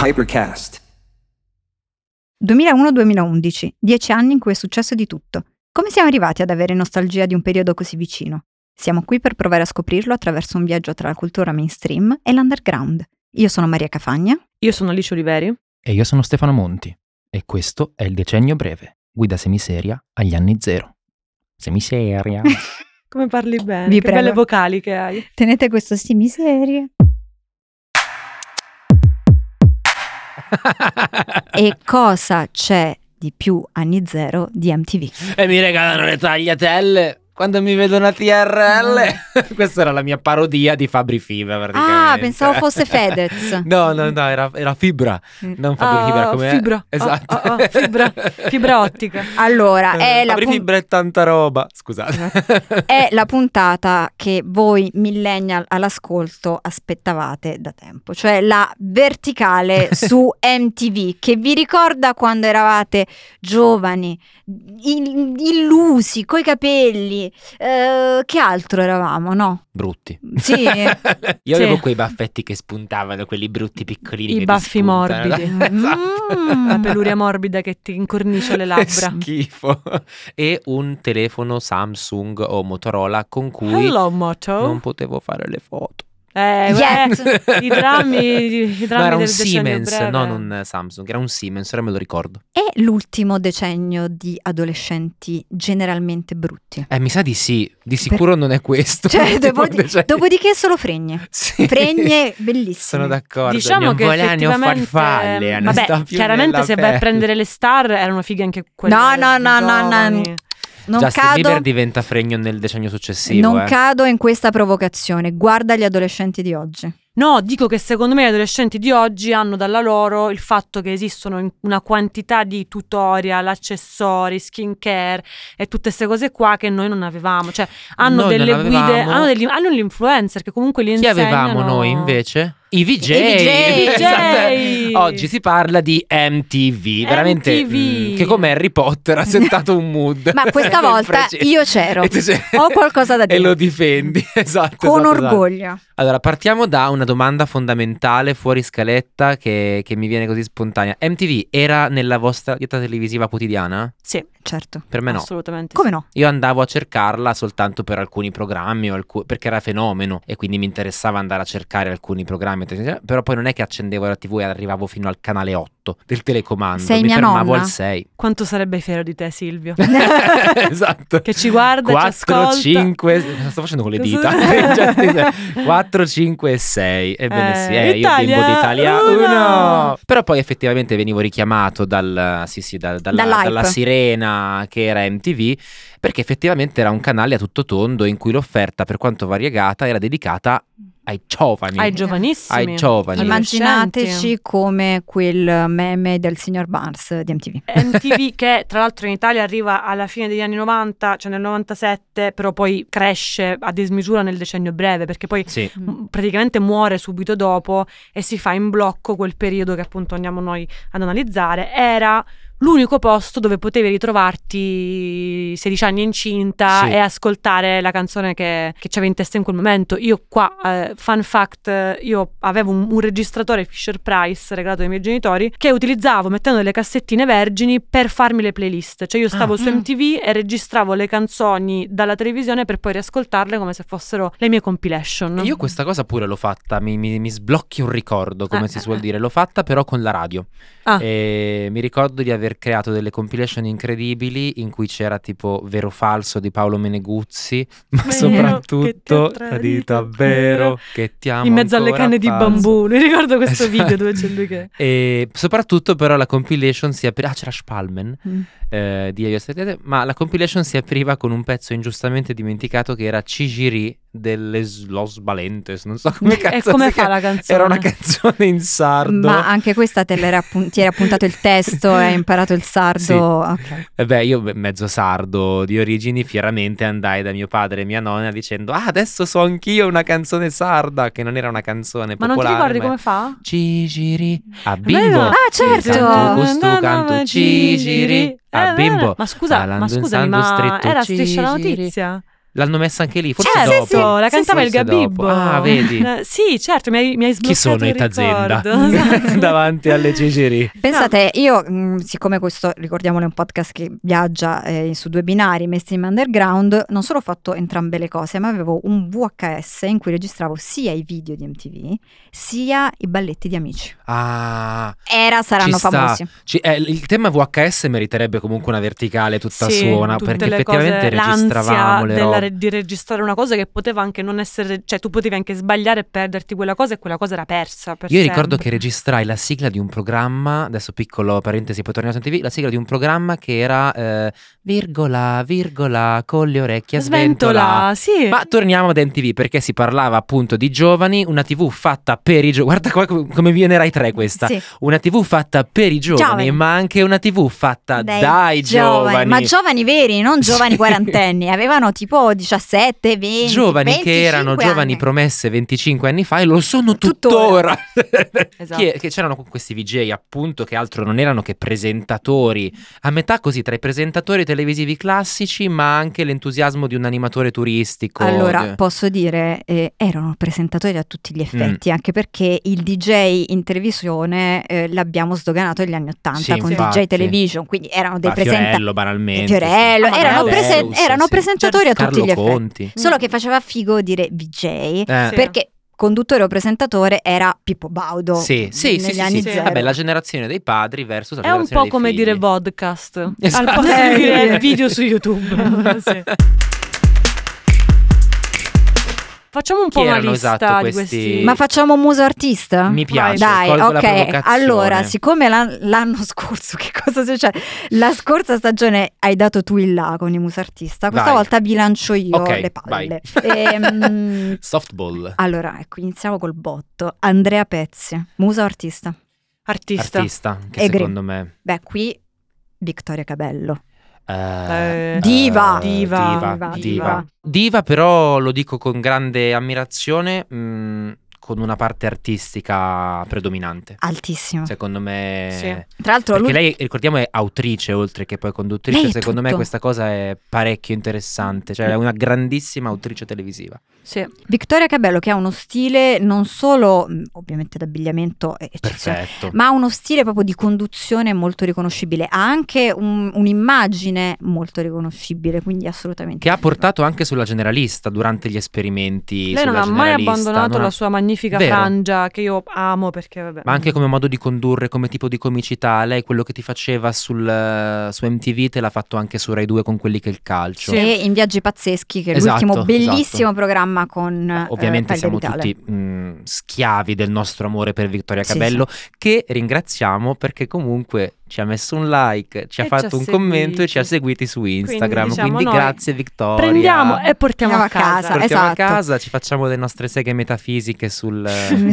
Hypercast. 2001-2011, 10 anni in cui è successo di tutto. Come siamo arrivati ad avere nostalgia di un periodo così vicino? Siamo qui per provare a scoprirlo attraverso un viaggio tra la cultura mainstream e l'underground. Io sono Maria Cafagna. Io sono Alice Oliveri. E io sono Stefano Monti. E questo è il Decennio Breve, guida semiseria agli anni zero. Semiseria. Come parli bene, Vi che prego. belle vocali che hai. Tenete questo miserie. E cosa c'è di più anni zero di MTV? E mi regalano le tagliatelle quando mi vedono a TRL. Questa era la mia parodia di Fabri Fibra, praticamente. Ah, pensavo fosse Fedez. No, era Fibra. Non Fabri Fibra, come fibra. Esatto. Fibra ottica. Allora, è la, Fabri Fibra è tanta roba. Scusate. è la puntata che voi millennial all'ascolto aspettavate da tempo, cioè la verticale su MTV che vi ricorda quando eravate giovani, illusi, coi capelli. Che altro eravamo, no? Brutti. Sì. Io Sì. avevo quei baffetti che spuntavano, quelli brutti piccolini. I che baffi ti spuntano. morbidi. Esatto. La peluria morbida che ti incornicia le Che labbra. schifo. E un telefono Samsung o Motorola con cui Hello Moto. non potevo fare le foto. Yes. I drammi No, era un del decennio Siemens, breve. non un Samsung, era un Siemens, ora me lo ricordo. È l'ultimo decennio di adolescenti generalmente brutti. Mi sa di sì, di sicuro non è questo. Cioè, l'ultimo decennio. dopodiché solo fregne. Sì. Fregne bellissime. Sono d'accordo. Diciamo non che voleva né effettivamente farfalle, non vabbè, sta più chiaramente nella se vai a pelle. prendere le star erano fighe anche quelle No. giovani. Non Justin cado, Bieber diventa fregno nel decennio successivo. non cado in questa provocazione. Guarda gli adolescenti di oggi. No, dico che secondo me gli adolescenti di oggi hanno dalla loro il fatto che esistono una quantità di tutorial, accessori, skincare e tutte queste cose qua che noi non avevamo. Cioè hanno Noi non delle guide, avevamo. hanno gli influencer che comunque li Chi insegnano. avevamo noi invece? I VJ. I VJ. Esatto. Oggi si parla di MTV, veramente MTV. che come Harry Potter ha settato un mood. Ma questa Nel volta preciso. io c'ero. E tu c'eri. Ho qualcosa da dire. E lo difendi, esatto. Con esatto. orgoglio. Allora, partiamo da una domanda fondamentale fuori scaletta che mi viene così spontanea. MTV era nella vostra dieta televisiva quotidiana? Sì, Certo. Per me no. assolutamente. Come no? Io andavo a cercarla soltanto per alcuni programmi perché era fenomeno e quindi mi interessava andare a cercare alcuni programmi, però poi non è che accendevo la TV e arrivavo fino al canale 8 del telecomando, Sei mi mia fermavo nonna? al 6. Quanto sarebbe fiero di te, Silvio? Esatto. Che ci guarda, 4, ci ascolta. 5, sto facendo con le Cosa- dita. 4, 5 e 6. Ebbene sì, io Italia bimbo d'Italia uno. 1. Però poi effettivamente venivo richiamato dalla Dall'hype. sirena che era MTV, perché effettivamente era un canale a tutto tondo in cui l'offerta, per quanto variegata, era dedicata ai giovani. Ai giovanissimi. Ai giovani. Immaginateci come quel meme del signor Barnes di MTV. MTV che tra l'altro in Italia arriva alla fine degli anni 90, cioè nel 97, però poi cresce a dismisura nel decennio breve, perché poi Sì. praticamente muore subito dopo e si fa in blocco quel periodo che appunto andiamo noi ad analizzare. Era l'unico posto dove potevi ritrovarti 16 anni incinta Sì. e ascoltare la canzone che c'avevi in testa in quel momento. Io qua, fun fact, io avevo un registratore Fisher Price regalato dai miei genitori che utilizzavo mettendo delle cassettine vergini per farmi le playlist. Cioè io stavo su MTV e registravo le canzoni dalla televisione per poi riascoltarle come se fossero le mie compilation. Io questa cosa pure l'ho fatta, mi sblocchi un ricordo, come si suol dire. L'ho fatta però con la radio. Ah. E mi ricordo di aver creato delle compilation incredibili in cui c'era tipo Vero Falso di Paolo Meneguzzi, ma Vero soprattutto che ti ho tradito, tradito, vero che ti amo in mezzo alle ancora canne di falso. bambù. Mi ricordo questo Esatto. video dove c'è lui che... E soprattutto però la compilation si apriva, c'era Spalmen di Io Stette, ma la compilation si apriva con un pezzo ingiustamente dimenticato che era Cigiri delle Los Valentes, non so come cazzo E come si fa chiama. la canzone? Era una canzone in sardo. Ma anche questa ti eri appuntato il testo e hai imparato il sardo. Sì. Ok. E beh, io mezzo sardo di origini, fieramente andai da mio padre e mia nonna dicendo: ah, adesso so anch'io una canzone sarda, che non era una canzone Ma non ti popolare. ricordi ma come fa? Cigiri a Vero? bimbo. Ah, certo! Canto questo canto Cigiri a bimbo. Ma scusami, Ballando in ma santo stretto, era Striscia la Cigiri. notizia? L'hanno messa anche lì, forse Certo, dopo. sì, la cantava il Forse Gabibbo. dopo. Ah, vedi. Sì, certo, mi hai sbloccato Chi sono i il Tazenda ricordo. Esatto. davanti alle Cigiri? Pensate, io, siccome questo, ricordiamolo, è un podcast che viaggia su 2 binari, Mainstream Underground, non solo ho fatto entrambe le cose, ma avevo un VHS in cui registravo sia i video di MTV, sia i balletti di Amici. Ah, Saranno ci sta. famosi. Il tema VHS meriterebbe comunque una verticale tutta Sì, suona, tutte perché le effettivamente cose, registravamo le l'ansia robe. di registrare una cosa che poteva anche non essere, cioè tu potevi anche sbagliare e perderti quella cosa e quella cosa era persa per Io ricordo sempre. che registrai la sigla di un programma, adesso piccolo parentesi, poi torniamo su MTV, la sigla di un programma che era virgola, virgola, con le orecchie a sventola. Sì. Ma torniamo ad MTV, perché si parlava appunto di giovani, una TV fatta per i giovani. Guarda qua come viene Rai 3 questa. Sì. Una TV fatta per i giovani, Giovani. ma anche una TV fatta dai giovani. Ma giovani veri, non giovani quarantenni, avevano tipo 17, 20, Giovani che erano 25 giovani anni. promesse 25 anni fa e lo sono Tuttora. tuttora. Esatto. Che c'erano questi VJ appunto che altro non erano che presentatori, a metà così tra i presentatori televisivi classici ma anche l'entusiasmo di un animatore turistico. Allora, posso dire, erano presentatori a tutti gli effetti, anche perché il DJ in televisione l'abbiamo sdoganato negli anni '80 Sì, con infatti. DJ Television, quindi erano dei Fiorello banalmente. Fiorello, sì. erano, Amadeus, erano sì. presentatori a tutti Carlo gli effetti. Conti. Solo che faceva figo dire VJ, Sì. perché conduttore o presentatore era Pippo Baudo Sì, negli anni sì. zero. Vabbè, la generazione dei padri versus la È un generazione po' come dei figli. dire vodcast Esatto. al posto di dire video su YouTube. Sì. Facciamo un Chi po' una erano, lista esatto, di questi- questi. Ma facciamo muso artista? Mi piace, Dai, colgo la ok. provocazione. Allora, siccome l'anno scorso, che cosa succede? La scorsa stagione hai dato tu il là con i muso artista, questa Vai. volta vi lancio io Ok, le palle. vai. Softball. Allora, ecco, iniziamo col botto. Andrea Pezzi, muso artista. Artista. Che E secondo me Beh, qui Vittoria Cabello. Diva. Diva, però lo dico con grande ammirazione, con una parte artistica predominante. Altissimo. Secondo me. Sì. Tra l'altro Perché lei, ricordiamo, è autrice oltre che poi conduttrice. Lei è Secondo me tutto. questa cosa è parecchio interessante. Cioè, è una grandissima autrice televisiva. Sì. Vittoria Cabello, che ha uno stile non solo ovviamente d'abbigliamento eccezionale, Perfetto. ma ha uno stile proprio di conduzione molto riconoscibile, ha anche un'immagine molto riconoscibile, quindi assolutamente. Che ha portato anche sulla Generalista durante gli esperimenti. Lei non sulla ha mai Generalista, abbandonato non ha- la sua magnifica Vero. frangia che io amo perché vabbè. Ma anche come modo di condurre, come tipo di comicità. Lei quello che ti faceva su MTV te l'ha fatto anche su Rai 2 con quelli che è il calcio. Sì. E in Viaggi Pazzeschi, che è Esatto, l'ultimo bellissimo esatto. programma con Ovviamente Pelle siamo Vitale. tutti schiavi del nostro amore per Vittoria Sì, Cabello, che ringraziamo perché comunque ci ha messo un like, ci ha E fatto ci ha un commento e ci ha seguiti. seguiti su Instagram. diciamo, Quindi noi grazie Vittoria. Prendiamo e portiamo a casa. Portiamo a esatto. casa, ci facciamo le nostre seghe metafisiche sul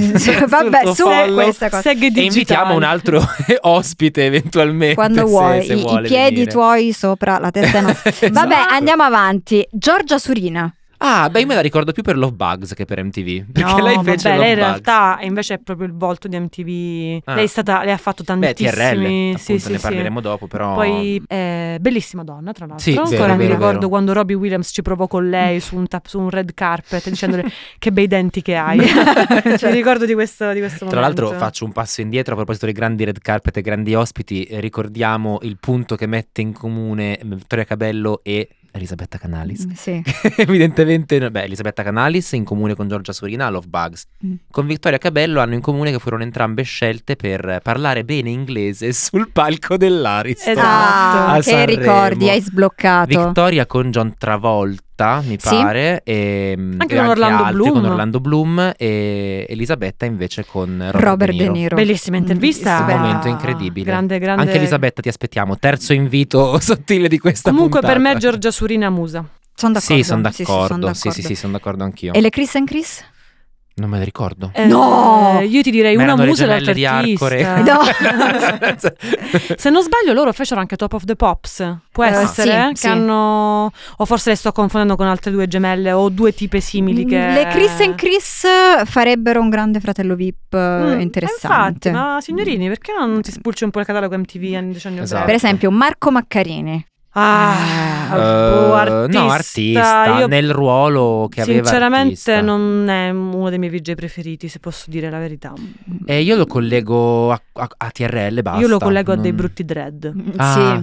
Vabbè, sul su tuo follow. questa cosa. Seghe E digitali. invitiamo un altro ospite eventualmente Quando se vuoi, i vuole piedi venire. tuoi sopra la testa nostra. Vabbè, Esatto. andiamo avanti. Giorgia Surina. Ah, beh, io me la ricordo più per Love Bugs che per MTV. Perché No, lei fece vabbè, Love lei in Bugs. realtà invece è proprio il volto di MTV. Ah. Lei ha fatto Beh, tantissimi. TRL, sì, appunto, sì, ne sì. parleremo dopo, però. Poi bellissima donna, tra l'altro. Sì, vero, Ancora mi vero, ricordo vero. quando Robbie Williams ci provò con lei su un red carpet dicendole che bei denti che hai. Mi ricordo di questo momento. Tra l'altro faccio un passo indietro a proposito dei grandi red carpet e grandi ospiti, ricordiamo il punto che mette in comune Vittoria Cabello e Elisabetta Canalis. Sì. Evidentemente, Elisabetta Canalis in comune con Giorgia Surina a Love Bugs. Con Vittoria Cabello hanno in comune che furono entrambe scelte per parlare bene inglese sul palco dell'Ariston. Esatto. Ah, A che Sanremo. ricordi, hai sbloccato. Vittoria con John Travolta, mi Sì. pare, e Anche e con Orlando altri, Bloom. con Orlando Bloom, e Elisabetta invece con Robert De Niro. Bellissima intervista. Un Stupenda. momento incredibile. Grande. Anche Elisabetta ti aspettiamo, terzo invito sottile di questa Comunque per puntata. me Giorgia Surina musa. Sono d'accordo. Sì, sono d'accordo. Sì, Sì, sono d'accordo anchio. E le Chris and Chris? Non me le ricordo. No! Io ti direi Ma una erano le musa e gemelle l'altra di artista. Arcore. No. Se non sbaglio loro fecero anche Top of the Pops. Può essere? sì, Che sì. hanno... O forse le sto confondendo con altre due gemelle o due tipe simili che... Le Chris and Chris farebbero un grande fratello VIP interessante. Infatti, ma signorini, perché non ti spulci un po' il catalogo MTV anni decenni Esatto. Per esempio Marco Maccarini. Artista. No, artista, Io, nel ruolo che aveva sinceramente artista. non è uno dei miei VJ preferiti, se posso dire la verità. Io lo collego a TRL, basta. Io lo collego a dei Non- brutti dread. Ah.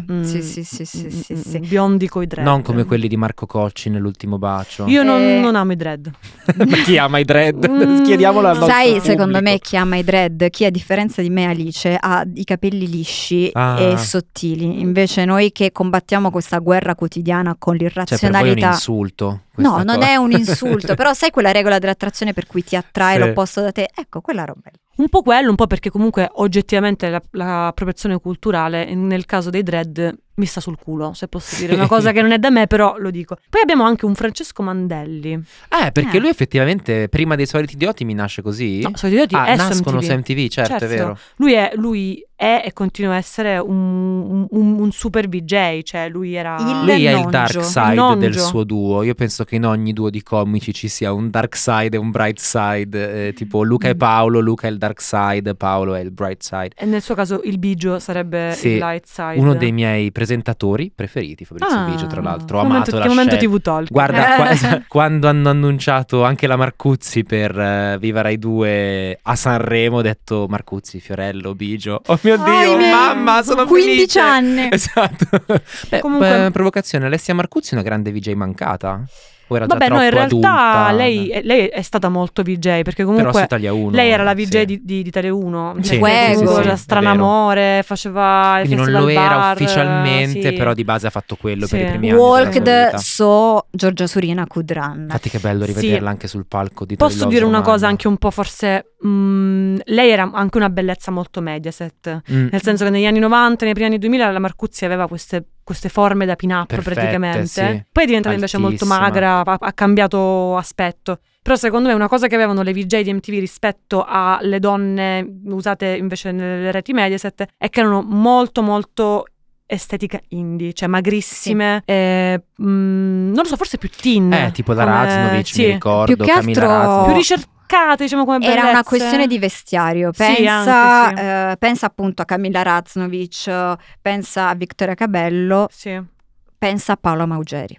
Sì. Biondi coi dread. Non come quelli di Marco Cocci nell'Ultimo bacio. Io non amo i dread. Ma chi ama i dread? Chiediamolo al nostro Sai, pubblico. secondo me chi ama i dread, chi a differenza di me, Alice, ha i capelli lisci e sottili. Invece noi che combattiamo questa guerra quotidiana con Cioè, per voi è un l'irrazionalità. insulto. No, questa non cosa. è un insulto, però sai quella regola dell'attrazione per cui ti attrae Sì. l'opposto da te? Ecco, quella roba lì. Un po' quello, un po' perché comunque oggettivamente l'appropriazione culturale nel caso dei dread mi sta sul culo, se posso dire. Una cosa che non è da me, però lo dico. Poi abbiamo anche un Francesco Mandelli. Perché lui effettivamente prima dei Soliti Idioti mi nasce così? No, Soliti Idioti è su nascono MTV. su MTV, certo, è vero. Lui è e continua a essere un super VJ, cioè lui era... Lui è il nongio. dark side Il nongio. del suo duo. Io penso che in ogni duo di comici ci sia un dark side e un bright side. Tipo Luca e Paolo, Luca è il dark side, Paolo è il bright side. E nel suo caso il Bigio sarebbe Sì, il light side. uno dei miei presentatori preferiti, Fabrizio Ah, Bigio, tra l'altro. Ho che amato la che momento scelta. TV Talk. Guarda, quando hanno annunciato anche la Marcuzzi per Viva Rai 2 a Sanremo, ho detto Marcuzzi, Fiorello, Bigio. Oh mio Dio, mamma, sono 15 felice. anni. Esatto. Comunque- Provocazione, Alessia Marcuzzi è una grande VJ mancata? O era Vabbè, già troppo no, in realtà adulta? lei è stata molto VJ, perché Però comunque su Italia 1. lei era la VJ sì. di Italia 1. Sì, sì, La è Stranamore, faceva il Quindi non Festival lo era Bar, ufficialmente, sì. però di base ha fatto quello per Sì. i primi anni della sua Walked vita. so Giorgia Surina could run. Infatti che bello Sì. rivederla anche sul palco di Posso Tony dire una Romagna. cosa anche un po' forse lei era anche una bellezza molto Mediaset, nel senso che negli anni 90, nei primi anni 2000 la Marcuzzi aveva queste forme da pin-up Perfette, praticamente. sì. Poi è diventata invece molto Altissima. magra, ha cambiato aspetto. Però secondo me una cosa che avevano le VJ di MTV rispetto alle donne usate invece nelle reti Mediaset è che erano molto molto estetica indie, cioè magrissime, non lo so, forse più teen. Tipo la come- Raznovic, sì. mi ricordo, Più che Camilla altro- Raznovic. Più ricercate, diciamo, come bellezze. Era una questione di vestiario. Sì, Pensa, anche pensa appunto a Camilla Raznovic, pensa a Vittoria Cabello, Sì. pensa a Paola Maugeri.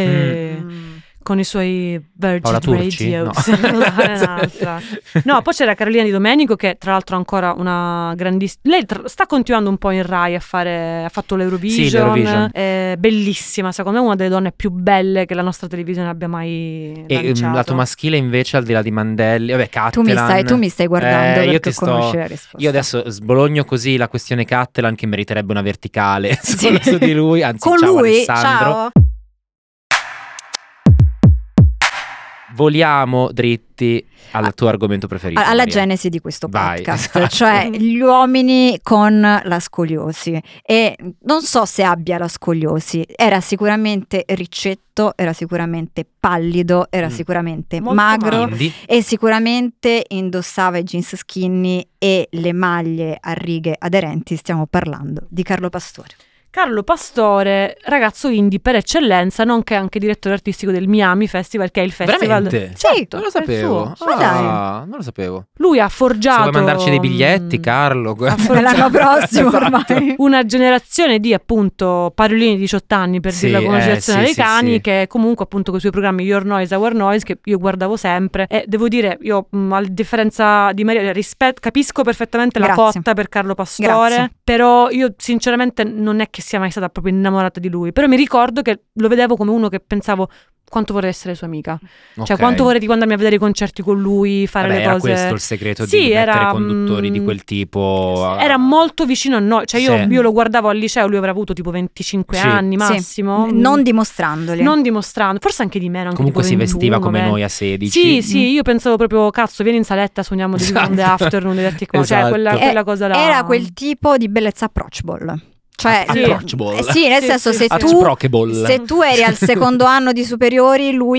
Con i suoi Virgin Paola Turci? Radio. No. Sì, è un'altra. No, poi c'era Carolina Di Domenico, che tra l'altro ancora una grandissima. Lei sta continuando un po' in Rai ha fatto l'Eurovision. Sì, l'Eurovision. Bellissima, secondo me una delle donne più belle che la nostra televisione abbia mai E lanciato. lato maschile invece, al di là di Mandelli, vabbè, Tu Cattelan. mi stai guardando io perché ti conosci la risposta. Io adesso sbologno così la questione Cattelan, che meriterebbe una verticale Sì. solo su di lui, anzi Con ciao lui, Alessandro. ciao. Voliamo dritti al tuo argomento preferito, Alla Maria. genesi di questo Vai, podcast, esatto. cioè gli uomini con la scoliosi. E non so se abbia la scoliosi, era sicuramente riccetto, era sicuramente pallido, era sicuramente Molto magro Indie. e sicuramente indossava i jeans skinny e le maglie a righe aderenti. Stiamo parlando di Carlo Pastore. Carlo Pastore, ragazzo indie per eccellenza, nonché anche direttore artistico del Miami Festival, che è il festival. Veramente? Sì, Non lo è il sapevo. suo. Ma dai. Non lo sapevo. Lui ha Se forgiato. vuoi mandarci dei biglietti, Carlo. L'anno prossimo Esatto. ormai. Una generazione di appunto parolini di 18 anni, per Sì, dirla con una generazione sì, americani, sì. che comunque appunto con i suoi programmi Your Noise, Our Noise, che io guardavo sempre, e devo dire, io a differenza di Maria capisco perfettamente la Grazie. cotta per Carlo Pastore. Grazie. Però io sinceramente non è che sia mai stata proprio innamorata di lui, però mi ricordo che lo vedevo come uno che pensavo quanto vorrei essere sua amica, cioè Ok. quanto vorrei tipo andarmi a vedere i concerti con lui, fare Vabbè, le era cose. questo il segreto Sì, di mettere era, conduttori di quel tipo. Era molto vicino a noi, cioè io, Sì. io lo guardavo al liceo, lui avrà avuto tipo 25 Sì. anni Sì. massimo, Non dimostrandoli. non dimostrando, forse anche di meno, anche Comunque tipo si 21, vestiva come 20. noi a 16. Sì, io pensavo proprio, cazzo, vieni in saletta, suoniamo di Esatto. on the afternoon, cioè Esatto. quella cosa là. Era quel tipo di bellezza approachable. Cioè, Sì. Approachable. sì, nel Sì, senso sì, se sì. tu Approachable. se tu eri al secondo anno di superiori, lui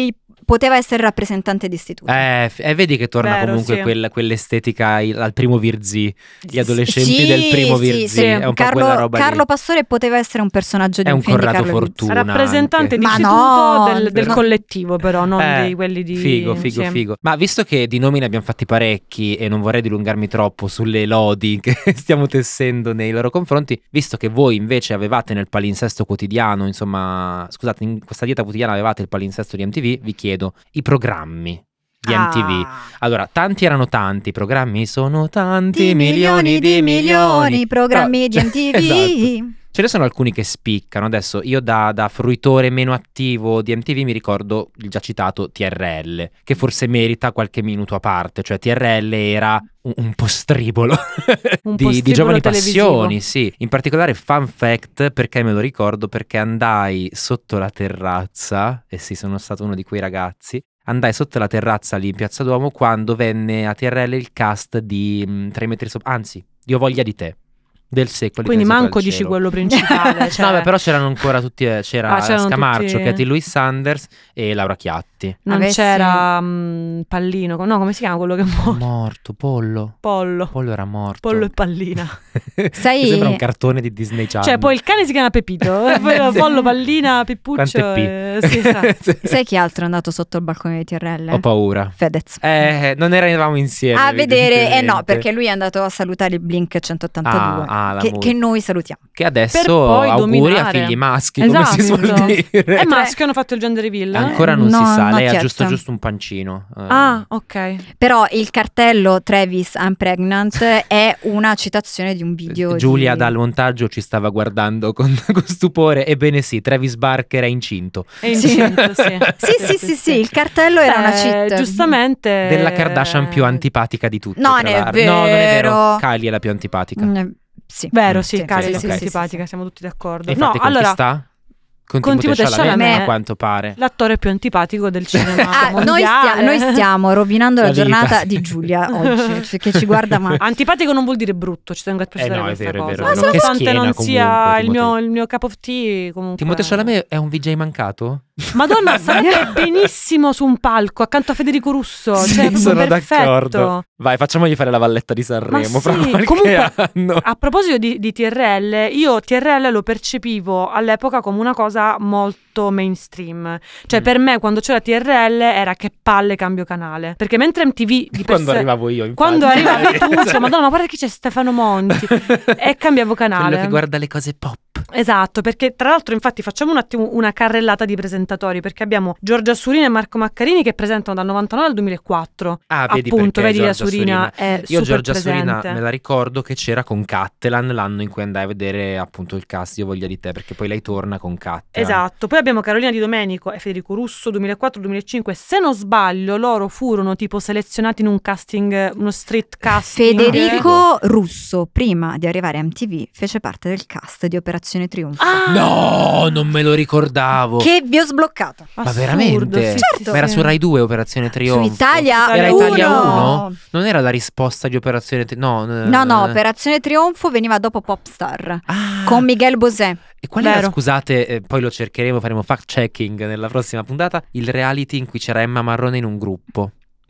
poteva essere rappresentante d'istituto. Vedi che torna Vero, comunque sì. quell'estetica al primo Virzì, gli adolescenti Sì, del primo sì, Virzì, sì. è un po' quella roba Carlo lì. Pastore poteva essere un personaggio di È un un film di Corrado Carlo Virzì. Fortuna Rappresentante anche. di Ma istituto no, del no. collettivo, però, non di quelli di... Figo, sì. figo. Ma visto che di nomi ne abbiamo fatti parecchi e non vorrei dilungarmi troppo sulle lodi che stiamo tessendo nei loro confronti, visto che voi invece avevate nel palinsesto quotidiano, insomma, scusate, in questa dieta quotidiana avevate il palinsesto di MTV, vi chiedo i programmi di MTV. Allora, tanti erano tanti, i programmi sono tanti, milioni di milioni. programmi Però- di MTV. Esatto. Ce ne sono alcuni che spiccano. Adesso io da fruitore meno attivo di MTV mi ricordo il già citato TRL, che forse merita qualche minuto a parte. Cioè TRL era un postribolo Un di postribolo giovani televisivo. passioni, sì. In particolare fun fact, perché me lo ricordo, perché andai sotto la terrazza, e sì, sono stato uno di quei ragazzi, andai sotto la terrazza lì in Piazza Duomo quando venne a TRL il cast di 3 metri sopra, anzi, Io voglia di te. Del sequel. Quindi Tre sopra manco il dici cielo. quello principale. Cioè... No, beh, però c'erano ancora tutti. C'era c'erano Scamarcio, tutti- Katy Louise Sanders e Laura Chiatti. Non Avessi- c'era Pallino, no, come si chiama quello che muore? Morto, Pollo. Pollo. Pollo era morto. Pollo e Pallina. Sai- Mi sembra un cartone di Disney Channel. Cioè, poi il cane si chiama Pepito, e poi Sì. Pollo, Pallina, Pippuccio. Quante P? Sì, esatto. Sai chi altro è andato sotto il balcone di TRL? Ho paura. Fedez. Non eravamo insieme. A vedere, no, evidentemente. perché lui è andato a salutare il Blink 182, la che musica. noi salutiamo. Che adesso Per poi auguri dominare. a figli maschi, come si suol Esatto. dire. È maschio, hanno fatto il gender reveal? Ancora non No, si sa, lei ha not giusto yet. un pancino. Ah, ok. Però il cartello Travis I'm pregnant è una citazione di un video Giulia di... dal montaggio ci stava guardando con stupore. Ebbene sì, Travis Barker è incinto. È incinto, sì. Sì, il cartello era una cheat. Giustamente. Della Kardashian più antipatica di tutte. Non tra è l'altro. No, non è vero. vero. Kylie è la più antipatica. Sì. Vero, sì, Sì, Kylie è sì, più sì, antipatica, sì. siamo tutti d'accordo. E infatti No, con chi allora, sta? Con con Timothée Timothée Chalamet, Chalamet. a quanto pare. l'attore più antipatico del cinema Noi, mondiale. noi stiamo rovinando la La vita, giornata sì. di Giulia oggi, cioè, che ci guarda ma... Antipatico non vuol dire brutto, ci tengo a precisare no, è questa vero, è cosa. vero, è vero. Che Nonostante schiena non sia comunque, il mio cup of tea, comunque. Timothée Chalamet è un VJ mancato? Madonna, sarebbe benissimo su un palco accanto a Federico Russo. Sì, Cioè, proprio sono perfetto. d'accordo. Vai, facciamogli fare la valletta di Sanremo Ma fra sì, qualche comunque, anno. A proposito di TRL, io TRL lo percepivo all'epoca come una cosa molto mainstream. Cioè, per me, quando c'era TRL, era che palle cambio canale. Perché mentre MTV di per Quando sé- arrivavo io, infatti. Quando arrivavi tu, cioè, Madonna, ma guarda chi c'è Stefano Monti. E cambiavo canale. Quello che guarda le cose pop. Esatto, perché tra l'altro infatti facciamo un attimo una carrellata di presentatori, perché abbiamo Giorgia Surina e Marco Maccarini che presentano dal 99 al 2004. Ah, vedi Appunto, perché vedi la Giorgia Surina è Io super Giorgia presente. Surina me la ricordo che c'era con Cattelan l'anno in cui andai a vedere appunto il cast Io voglia di te, perché poi lei torna con Cattelan. Esatto, poi abbiamo Carolina Di Domenico e Federico Russo 2004-2005. Se non sbaglio, loro furono tipo selezionati in un casting, uno street casting. Federico Russo, prima di arrivare a MTV, fece parte del cast di Operazione Triunfo. Ah, No, non me lo ricordavo. Che vi ho sbloccato. Ma assurdo, veramente? sì, Certo. sì, Ma era sì. su Rai 2 Operazione Trionfo? Su Italia Era 1. Italia 1? Non era la risposta di Operazione Trionfo? No, Operazione Trionfo veniva dopo Popstar Ah, con Miguel Bosé. e qual era, Vero. scusate, poi lo cercheremo, faremo fact checking nella prossima puntata, il reality in cui c'era Emma Marrone in un gruppo.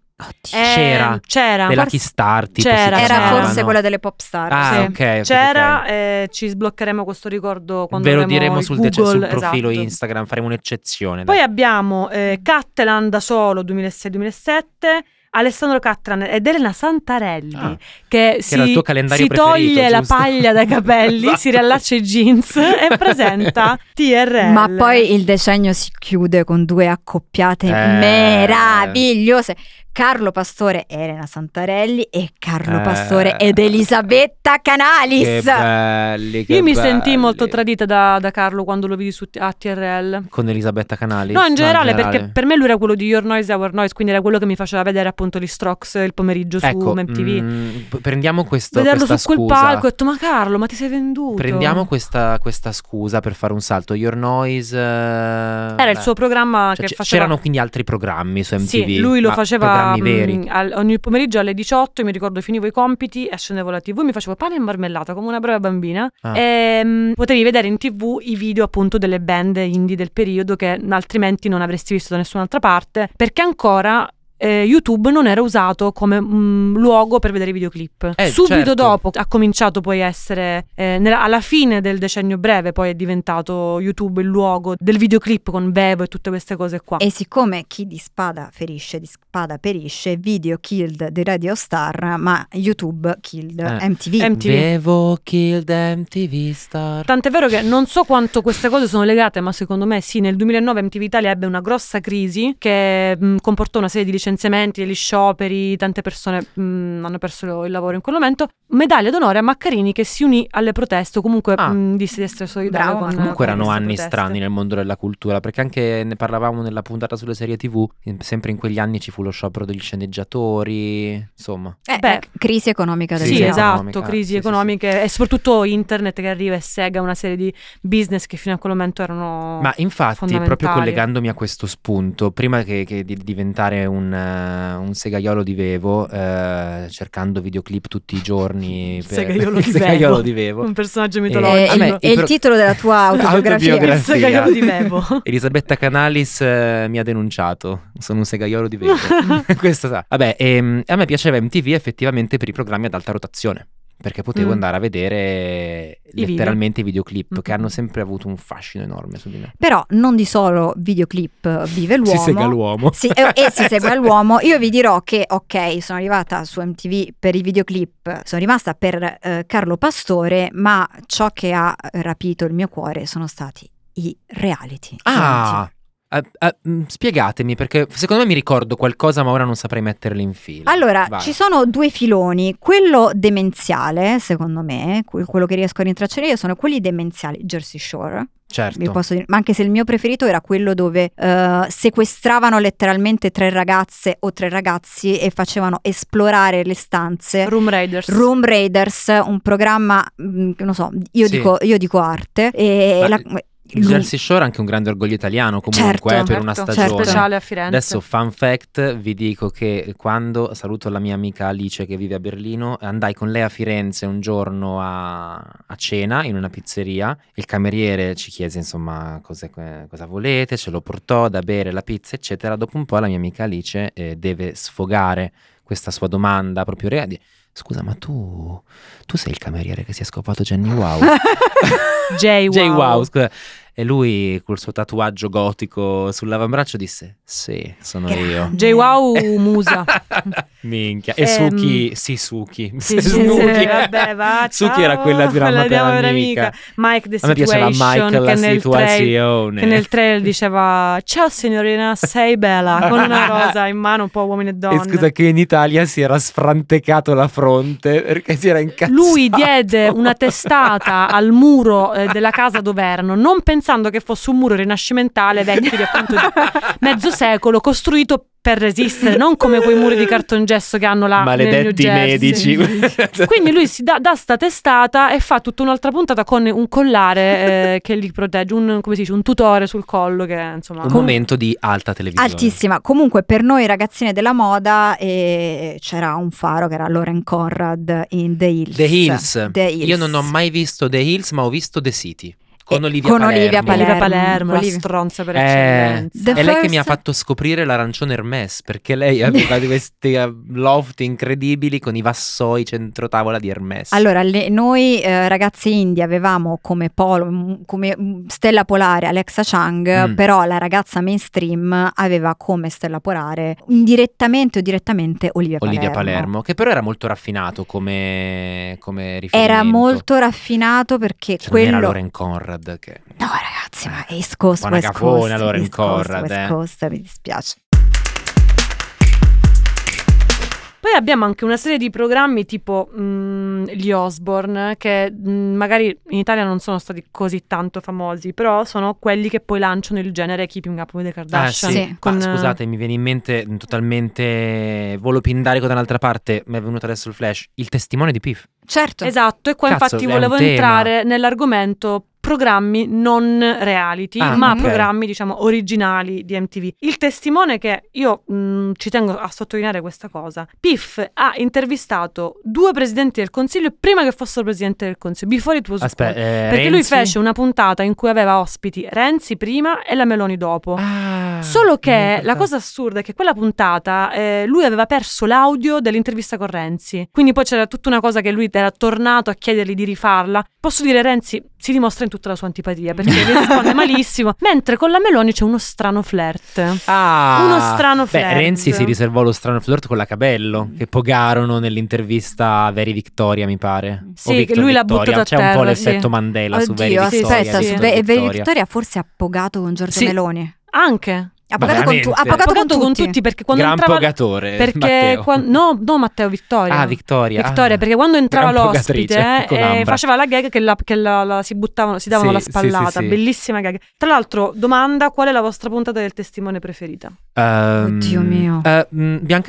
Oddio. C'era. Della Forse- Keystar, tipo c'era, si Era chiamava, forse no? quella delle Popstar. Ah, Sì. ok. C'era, ci sbloccheremo questo ricordo quando Ve lo avremo diremo il sul Google, profilo esatto. Instagram, faremo un'eccezione. Poi dai. abbiamo Cattelan da solo 2006-2007, Alessandro Cattelan ed Elena Santarelli Ah, che era il tuo calendario si toglie preferito, la giusto? paglia dai capelli, Esatto. si riallaccia i jeans e presenta TRL. Ma poi il decennio si chiude con due accoppiate meravigliose. Carlo Pastore e Elena Santarelli e Carlo Pastore ed Elisabetta Canalis. Che belli, che Io mi belli. sentii molto tradita da Carlo quando lo vidi a TRL. Con Elisabetta Canalis? No, in generale, perché per me lui era quello di Your Noise, Our Noise, quindi era quello che mi faceva vedere appunto appunto gli Strokes il pomeriggio su MTV. Prendiamo Vederlo questa su quel scusa. palco, ho detto ma Carlo, ma ti sei venduto? Prendiamo questa scusa per fare un salto. Your Noise era il suo programma, cioè, che faceva. C'erano quindi altri programmi su MTV? Sì, lui lo faceva programmi veri. ogni pomeriggio alle 18, mi ricordo finivo i compiti e scendevo alla TV, mi facevo pane e marmellata come una brava bambina e potevi vedere in TV i video appunto delle band indie del periodo che altrimenti non avresti visto da nessun'altra parte, perché ancora YouTube non era usato come luogo per vedere i videoclip. Subito certo. dopo ha cominciato poi a essere alla fine del decennio breve poi è diventato YouTube il luogo del videoclip con Vevo e tutte queste cose qua. E siccome chi di spada ferisce, di spada perisce, video killed the Radio Star, ma YouTube killed MTV. Vevo killed MTV Star. Tant'è vero che non so quanto queste cose sono legate, ma secondo me sì, nel 2009 MTV Italia ebbe una grossa crisi che comportò una serie di licenziamenti, degli scioperi, tante persone hanno perso il lavoro in quel momento. Medaglia d'onore a Maccarini che si unì alle proteste o comunque disse di essere solidario con comunque erano queste anni proteste. strani nel mondo della cultura, perché anche ne parlavamo nella puntata sulle serie TV, sempre in quegli anni ci fu lo sciopero degli sceneggiatori, insomma. Crisi economica del sì, cinema. esatto, crisi economiche e soprattutto internet che arriva e sega una serie di business che fino a quel momento erano Ma infatti, fondamentali. proprio collegandomi a questo spunto, prima che di diventare un segaiolo di Vevo, cercando videoclip tutti i giorni per Segaiolo di Vevo, un personaggio mitologico. È il titolo della tua autobiografia. Il segaiolo di Vevo. Elisabetta Canalis mi ha denunciato, sono un segaiolo di Vevo. Questo sa. Vabbè, a me piaceva MTV effettivamente per i programmi ad alta rotazione, perché potevo andare a vedere letteralmente i videoclip che hanno sempre avuto un fascino enorme su di me. Però non di solo videoclip vive l'uomo. Si sega l'uomo. Sì, e si segue l'uomo. Io vi dirò che ok, sono arrivata su MTV per i videoclip, sono rimasta per Carlo Pastore, ma ciò che ha rapito il mio cuore sono stati i reality. Spiegatemi, perché secondo me mi ricordo qualcosa ma ora non saprei metterli in fila. Allora, Vai. ci sono due filoni. Quello demenziale, secondo me, quello che riesco a rintracciare io sono quelli demenziali. Jersey Shore, Certo. vi posso dire, ma anche se il mio preferito era quello dove sequestravano letteralmente 3 ragazze o 3 ragazzi e facevano esplorare le stanze. Room Raiders, un programma, non so, io Sì. dico arte e Jersey Shore è anche un grande orgoglio italiano comunque, per una stagione. Speciale a Firenze. Adesso fun fact, vi dico che quando saluto la mia amica Alice che vive a Berlino, andai con lei a Firenze un giorno a cena in una pizzeria. Il cameriere ci chiese insomma cosa volete, ce lo portò da bere, la pizza eccetera. Dopo un po' la mia amica Alice deve sfogare questa sua domanda proprio reale. Scusa, ma tu sei il cameriere che si è scopato Jenny Wow? J-Wow, scusa. E lui col suo tatuaggio gotico sull'avambraccio disse: sì, sono io. J-Wow musa. Minchia. E Suki, Suki. Vabbè, va, Suki era quella di una amica. Mike The A me piaceva Situation, Michael la situazione. che nel trailer diceva ciao signorina, sei bella, con una rosa in mano, un po' uomini e donne. E scusa che in Italia si era sfrantecato la fronte perché si era incazzato. Lui diede una testata al muro della casa dove erano, non pensando che fosse un muro rinascimentale vecchio di appunto di mezzo secolo, costruito per resistere, non come quei muri di cartongesso che hanno là maledetti nel New Jersey. medici. Quindi lui si dà sta testata e fa tutta un'altra puntata con un collare che li protegge, un tutore sul collo che insomma un momento di alta televisione. altissima. Comunque per noi ragazzine della moda c'era un faro che era Lauren Conrad in The Hills. The Hills. Io non ho mai visto The Hills, ma ho visto The City. Con Olivia Palermo, la stronza per eccellenza. È lei che mi ha fatto scoprire l'arancione Hermès, perché lei aveva questi loft incredibili con i vassoi centrotavola di Hermès. Allora, noi ragazze indie avevamo come stella polare Alexa Chung, però la ragazza mainstream aveva come stella polare indirettamente o direttamente Olivia Palermo, che però era molto raffinato come riferimento. Era molto raffinato perché quello... Non era Lauren Conrad che... No ragazzi, ma East Coast, una West cafona, Coast, Lauren East Coast, Conrad, West Coast, mi dispiace. Poi abbiamo anche una serie di programmi tipo gli Osborne, che magari in Italia non sono stati così tanto famosi, però sono quelli che poi lanciano il genere Keeping Up with the Kardashian. Sì. Ma scusate, mi viene in mente totalmente volo pindarico da un'altra parte, mi è venuto adesso il flash, il testimone di Piff. Certo. Esatto, e qua Cazzo, infatti è un volevo tema. entrare nell'argomento programmi non reality, ma ok. programmi diciamo originali di MTV. Il testimone, che io ci tengo a sottolineare questa cosa, Piff ha intervistato 2 presidenti del Consiglio prima che fossero presidente del Consiglio, before it was cool. Perché lui fece una puntata in cui aveva ospiti Renzi prima e la Meloni dopo. Solo che la cosa assurda è che quella puntata lui aveva perso l'audio dell'intervista con Renzi, quindi poi c'era tutta una cosa che lui era tornato a chiedergli di rifarla. Posso dire, Renzi si dimostra in tutta la sua antipatia perché gli risponde malissimo, mentre con la Meloni c'è uno strano flirt. Uno strano flirt. Renzi si riservò lo strano flirt con la Cabello, che pogarono nell'intervista a Very Victoria, mi pare. Sì, O Victor che lui l'ha Victoria. buttato a C'è un po' terra, l'effetto sì. Mandela su Very Oddio, Victoria. aspetta, sì, Very Victoria. Victoria forse ha pogato con Giorgia Sì. Meloni. Anche. Ha pagato, veramente? ha pagato con tutti. perché quando Gran entrava pogatore, perché Matteo. no Matteo, Vittoria. Victoria. Perché quando entrava Gran l'ospite pogatrice, con Ambra. faceva la gag che si buttavano, si davano Sì, la spallata. sì, sì. Bellissima gag. Tra l'altro, domanda: qual è la vostra puntata del testimone preferita? Oddio mio. Bianca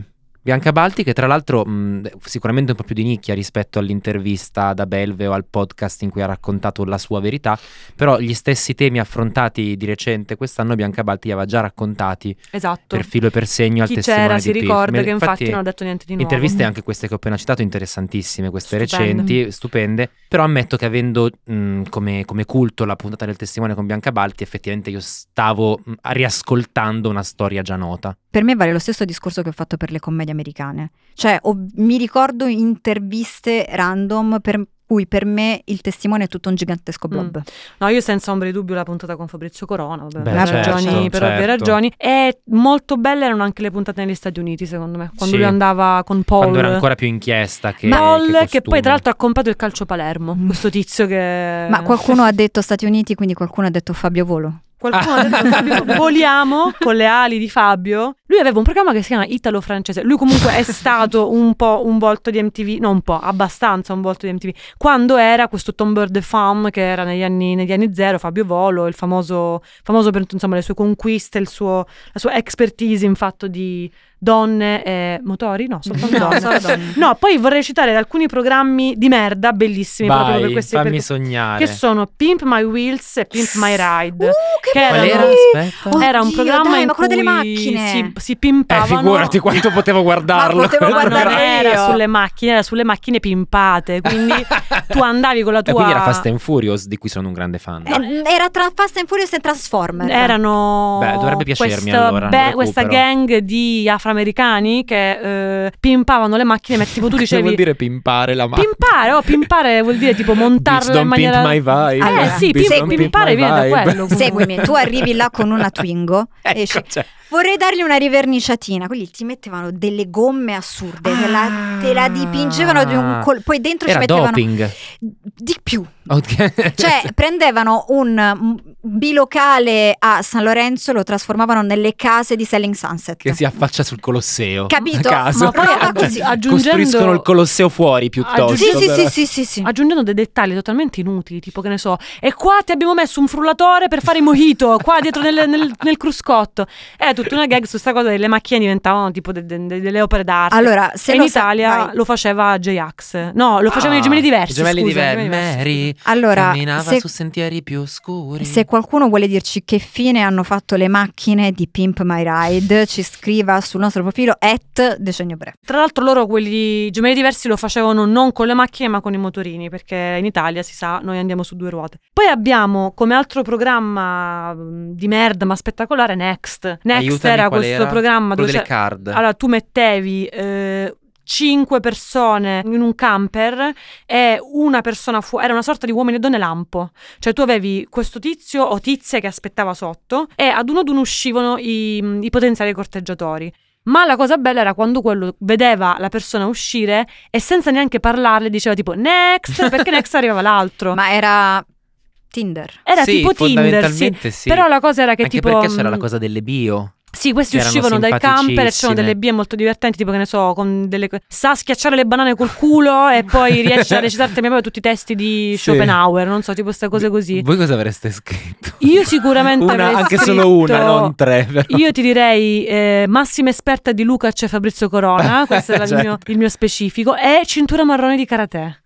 Balti, che tra l'altro sicuramente un po' più di nicchia rispetto all'intervista da Belve o al podcast in cui ha raccontato la sua verità, però gli stessi temi affrontati di recente quest'anno Bianca Balti li aveva già raccontati Esatto. per filo e per segno al Chi testimone c'era di si Piff. ricorda che infatti non ha detto niente di nuovo. Interviste anche queste che ho appena citato interessantissime, queste Stupende. recenti, stupende, però ammetto che avendo come culto la puntata del testimone con Bianca Balti, effettivamente io stavo riascoltando una storia già nota. Per me vale lo stesso discorso che ho fatto per le commedie americane. Cioè, mi ricordo interviste random per cui per me il testimone è tutto un gigantesco blob. No, io senza ombra di dubbio la puntata con Fabrizio Corona, vabbè, Beh, per certo, ragioni, per ovvie certo. ragioni. E molto belle erano anche le puntate negli Stati Uniti, secondo me, quando Sì. lui andava con Paul. Quando era ancora più inchiesta che Paul, che costume. poi tra l'altro ha comprato il calcio Palermo, questo tizio che... Ma qualcuno ha detto Stati Uniti, quindi qualcuno ha detto Fabio Volo. Qualcuno ha detto Fabio, voliamo con le ali di Fabio. Lui aveva un programma che si chiama Italo-Francese. Lui comunque è stato un po' un volto di MTV, no un po', abbastanza un volto di MTV. Quando era questo Tomber de Femme, che era negli anni zero, Fabio Volo, il famoso per insomma le sue conquiste, la sua expertise in fatto di donne e motori? No, soltanto donne. solo donne. No, poi vorrei citare alcuni programmi di merda bellissimi proprio per Vai, questi fammi sognare. che sono Pimp My Wheels e Pimp My Ride. Che che Qual era? erano- Aspetta. era un Oddio, programma dai, in ma quello delle cui macchine. si pimpavano. Figurati quanto potevo guardarlo. Ma potevo Ma non guardare era io. sulle macchine, era sulle macchine pimpate. Quindi tu andavi con la tua. Quindi era Fast and Furious, di cui sono un grande fan. Era tra Fast and Furious e Transformer. Erano Beh, dovrebbe piacermi questa, allora, lo questa recupero. gang di afroamericani che pimpavano le macchine, tipo tu Cosa dicevi vuol dire pimpare la macchina? pimpare vuol dire tipo montarla in Don't maniera pimp my vibe. Allora, sì, Bitch, don't pimpare my viene da vibe. quello. Seguimi, tu arrivi là con una Twingo e Ecco, dici, cioè. vorrei dargli una riverniciatina. Quelli ti mettevano delle gomme assurde, te la dipingevano di un poi dentro Era ci mettevano doping. di più. Ok. Cioè prendevano un bilocale a San Lorenzo, lo trasformavano nelle case di Selling Sunset. Che si affaccia sul Colosseo. Capito? A caso. Ma poi così. Costruiscono il Colosseo fuori piuttosto. Sì. Aggiungendo dei dettagli totalmente inutili, tipo che ne so, e qua ti abbiamo messo un frullatore per fare i mojito, qua dietro nel cruscotto. È tutta una gag su sta cosa, delle macchine diventavano tipo delle opere d'arte. Allora, se e in lo Italia vai. lo faceva J-Ax. No, lo facevano i gemelli diversi. I gemelli scusa, diversi. i gemelli diversi. Mary Allora, camminava se- su sentieri più oscuri. Se qualcuno vuole dirci che fine hanno fatto le macchine di Pimp My Ride, ci scriva sul nostro profilo @decenniobre. Tra l'altro loro quelli gemelli diversi lo facevano non con le macchine ma con i motorini, perché in Italia si sa noi andiamo su 2 ruote. Poi abbiamo come altro programma di merda ma spettacolare Next. Next Aiutami, era qual questo era? programma Quello dove delle card. allora tu mettevi 5 persone in un camper e una persona fuori, era una sorta di uomini e donne lampo, cioè tu avevi questo tizio o tizie che aspettava sotto e ad uno uscivano i potenziali corteggiatori. Ma la cosa bella era quando quello vedeva la persona uscire e senza neanche parlarle diceva tipo next, perché next arrivava l'altro. Ma era Tinder. Era Sì, tipo Tinder, sì. fondamentalmente sì. Però la cosa era che Anche tipo perché c'era la cosa delle bio. Sì, questi Che erano uscivano dai camper e c'erano simpaticissime. delle bie molto divertenti, tipo che ne so, con delle sa schiacciare le banane col culo e poi riesce a recitarti a memoria tutti i testi di Sì. Schopenhauer, non so, tipo queste cose così. Voi cosa avreste scritto? Io sicuramente una, avrei anche scritto- solo una, non tre. Però. Io ti direi massima esperta di Lukács e Fabrizio Corona, questo era Certo. il mio specifico, e cintura marrone di karate.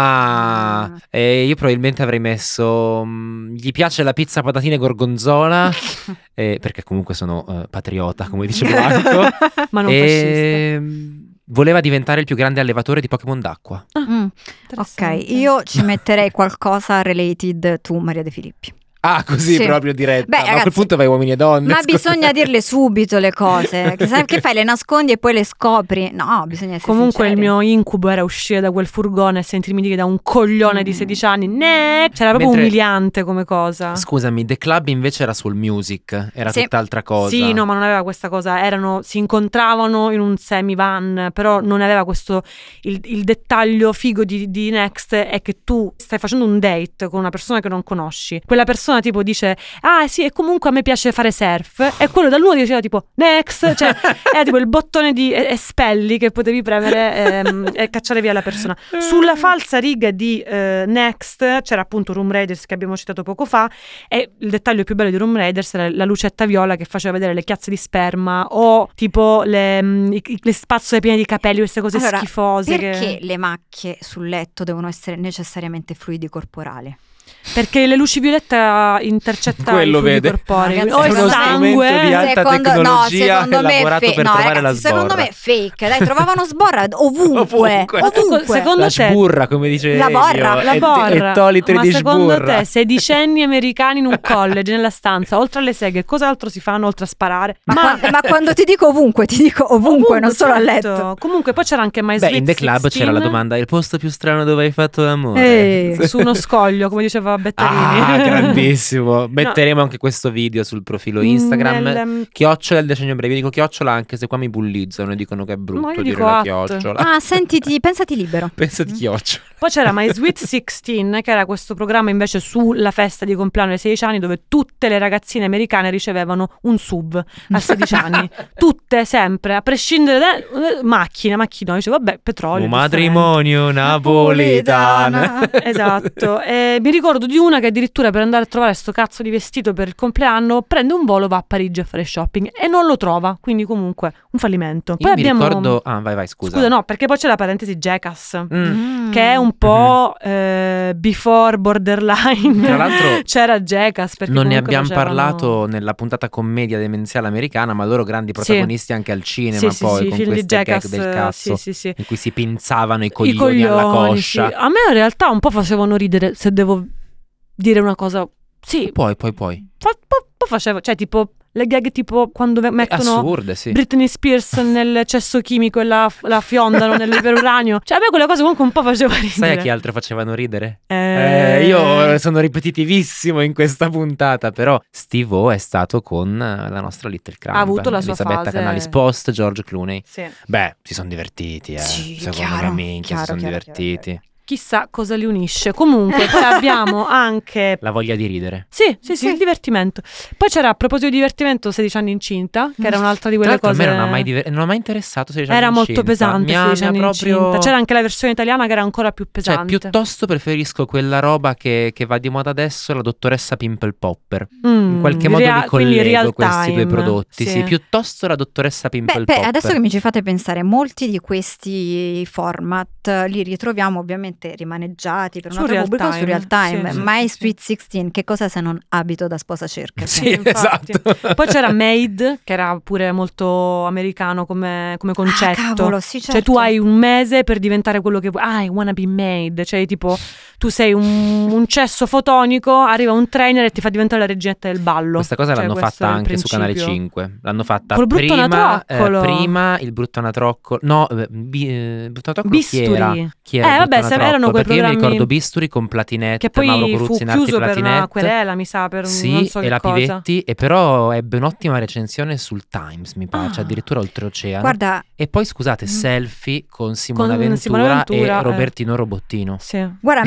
Io probabilmente avrei messo gli piace la pizza patatine gorgonzola perché comunque sono patriota, come dice Blanco. Ma non fascista. Voleva diventare il più grande allevatore di Pokémon d'acqua. Ok, Interessante. io ci metterei qualcosa related to Maria De Filippi. Ah, così Sì. proprio diretta. Beh, Ma a ragazzi, quel punto vai uomini e donne. Ma scusa. bisogna dirle subito le cose. Che fai? Le nascondi e poi le scopri? No, bisogna essere Comunque il sinceri. mio incubo era uscire da quel furgone e sentirmi dire da un coglione di 16 anni C'era proprio Mentre- umiliante come cosa. Scusami, The Club invece era sul music, era Sì. tutt'altra cosa. Sì, no, ma non aveva questa cosa. Si incontravano in un semi-van, però non aveva questo. Il dettaglio figo di Next è che tu stai facendo un date con una persona che non conosci. Quella persona tipo dice: ah sì, e comunque a me piace fare surf. E quello dal nulla diceva tipo next. Cioè era tipo il bottone di espelli che potevi premere e cacciare via la persona. Sulla falsa riga di Next c'era appunto Room Raiders che abbiamo citato poco fa. E il dettaglio più bello di Room Raiders era la lucetta viola che faceva vedere le chiazze di sperma o tipo le spazzole piene di capelli, queste cose Allora, schifose. Perché le macchie sul letto devono essere necessariamente fluidi corporali? Perché le luci violetta intercettano Quello i fluidi vede. corporei. Ragazzi, O il secondo me- sangue. strumento di alta tecnologia secondo me è elaborato fake. per No, trovare la ragazzi, secondo sborra. me è fake. Dai, trovavano sborra ovunque. Ovunque. Secondo La te sburra, come dice La borra. Elio, la borra, e tolitri ma di secondo sburra. te sedicenni americani in un college nella stanza oltre alle seghe cos'altro si fanno oltre a sparare? Ma quando ti dico ovunque, non solo a certo. letto. Comunque poi c'era anche My Beh, Sweet in The Club 16, c'era la domanda: il posto più strano dove hai fatto l'amore? su uno scoglio come diceva Bettarini. Ah, grandissimo. Metteremo anche questo video sul profilo Instagram. Chiocciola il decennio breve. Io dico chiocciola anche se qua mi bullizzano e dicono che è brutto No, io dire dico la at. chiocciola. Ah, pensati libero. Pensa di chiocciola. Poi c'era My Sweet 16, che era questo programma invece sulla festa di compleanno dei 16 anni dove tutte le ragazzine americane ricevevano un sub a 16 anni. Tutte, sempre, a prescindere da macchina. Dice, vabbè, petrolio. Un matrimonio napoletano. Esatto. E mi ricordo di una che addirittura per andare a trovare sto cazzo di vestito per il compleanno prende un volo, va a Parigi a fare shopping e non lo trova, quindi comunque un fallimento. Poi Io mi abbiamo ricordo. Ah, vai, scusa. Scusa, no, perché poi c'è la parentesi Jackass. Mm. Che è un po' before borderline. Tra l'altro c'era Jackass perché non ne comunque abbiamo facevano- parlato nella puntata commedia demenziale americana, ma loro grandi protagonisti anche al cinema, Sì, sì, poi sì, i con film di queste gag Jackass, del cazzo sì. in cui si pinzavano i I coglioni alla coscia. sì. A me in realtà un po' facevano ridere, se devo dire una cosa. Sì, Poi. poi facevo, cioè tipo le gag tipo quando mettono Assurde, sì. Britney Spears nel cesso chimico e la fiondano nell'iperuranio. Cioè a me quelle cose comunque un po' faceva ridere. Sai a chi altro facevano ridere? Eh, Io sono ripetitivissimo in questa puntata, però Steve-O è stato con la nostra Little Crumb. Ha avuto la sua Elisabetta fase. Canalis Post, George Clooney. Sì. Beh, si sono divertiti, Sì, secondo chiaro, me minchia si chiaro, sono chiaro, divertiti. Chissà cosa li unisce. Comunque poi abbiamo anche La voglia di ridere. Sì, il divertimento. Poi c'era a proposito di divertimento 16 anni incinta, che era un'altra di quelle Tra l'altro cose. a me non ha mai interessato 16 anni Era molto incinta. pesante Mi ha 16 anni proprio... incinta. C'era anche la versione italiana che era ancora più Cioè, pesante. piuttosto preferisco quella roba che va di moda adesso, la dottoressa Pimple Popper. In qualche modo li quindi collego questi real due time, prodotti. Sì, piuttosto la dottoressa Pimple Popper. Adesso che mi ci fate pensare, molti di questi format li ritroviamo ovviamente rimaneggiati per Su un'altra Real rubrica su Time, Real Time. sì, My sì. Sweet 16, che cosa se non abito da sposa cerca? Sì, Infatti. esatto. Poi c'era Made, che era pure molto americano come concetto. Ah, cavolo, sì, certo. Cioè tu hai un mese per diventare quello che vuoi. I wanna be made. Cioè tipo tu sei un cesso fotonico, arriva un trainer e ti fa diventare la reginetta del ballo. Questa cosa Cioè, l'hanno questo fatta è il anche su Canale principio. 5. L'hanno fatta Col brutto anatroccolo. prima il brutto anatroccolo. No, brutto anatroccolo chi Bisturi. era? Chi era il brutto Vabbè, erano quei perché io mi programmi ricordo Bisturi con Platinette, che poi Mauro fu Coruzzi in arte chiuso per una Platinette. querela, mi sa, per Sì, non so e che la cosa. Pivetti, e però ebbe un'ottima recensione sul Times, mi pare, Ah. cioè addirittura oltreoceano. Guarda, E poi scusate, Mm. Selfie con Simona Con Simona Ventura, e Robertino Robottino. Sì. guarda,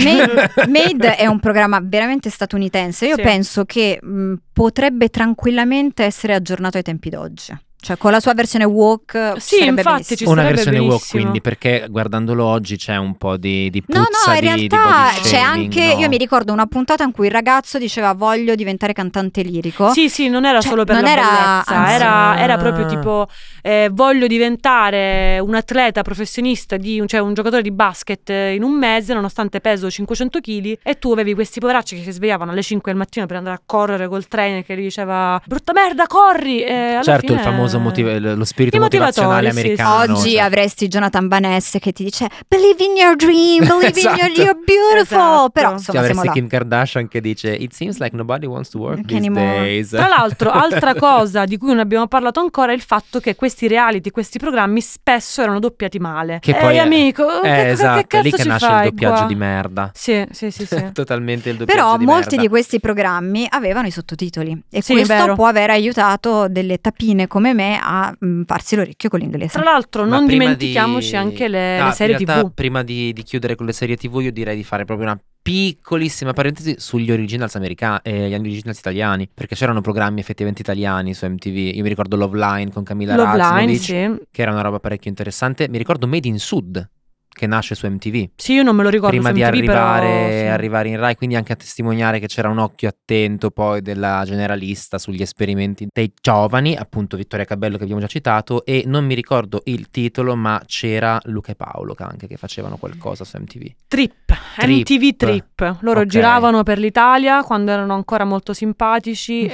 Made è un programma veramente statunitense. Io Sì. penso che potrebbe tranquillamente essere aggiornato ai tempi d'oggi. Cioè, con la sua versione woke Sì, sarebbe infatti, bellissimo. ci Una sarebbe versione woke, benissimo. quindi, perché guardandolo oggi c'è un po' di puzza No, in di realtà body c'è shaming, anche, no? io mi ricordo una puntata in cui il ragazzo diceva voglio diventare cantante lirico. Sì, non era Cioè, solo per non la era- bellezza, anzi- era proprio tipo voglio diventare un atleta professionista, cioè un giocatore di basket in un mese, nonostante peso 500 kg, e tu avevi questi poveracci che si svegliavano alle 5 del mattino per andare a correre col trainer che gli diceva brutta merda, corri! E alla Certo, fine- il famoso lo spirito I motivazionale motivatori, sì, americano. Oggi cioè. avresti Jonathan Van Ness che ti dice believe in your dream, believe in Esatto. you're beautiful. Esatto. Però Cioè, insomma siamo avresti là. Kim Kardashian che dice It seems like nobody wants to work these Anymore. days. Tra l'altro, altra cosa di cui non abbiamo parlato ancora è il fatto che questi reality, questi programmi spesso erano doppiati male. Che poi è- amico, esatto, che è lì cazzo che ci nasce il fai doppiaggio qua? di merda. Sì. Totalmente il doppiaggio Però di molti merda. di questi programmi avevano i sottotitoli e Sì, questo vero. può aver aiutato delle tapine come me a farsi l'orecchio con l'inglese. Tra l'altro, Ma non prima dimentichiamoci di- anche le No, serie in realtà, TV. prima di chiudere con le serie TV, io direi di fare proprio una piccolissima parentesi sugli originals americani e gli originals italiani, perché c'erano programmi effettivamente italiani su MTV. Io mi ricordo Love Line con Camilla Love Line, Raznovic, sì. che era una roba parecchio interessante. Mi ricordo Made in Sud, che nasce su MTV. Sì, io non me lo ricordo Prima su di MTV, però, arrivare in Rai, quindi anche a testimoniare che c'era un occhio attento poi della generalista sugli esperimenti dei giovani, appunto Vittoria Cabello che abbiamo già citato, e non mi ricordo il titolo, ma c'era Luca e Paolo anche che facevano qualcosa su MTV. Trip, MTV Trip. Loro Ok. giravano per l'Italia quando erano ancora molto simpatici,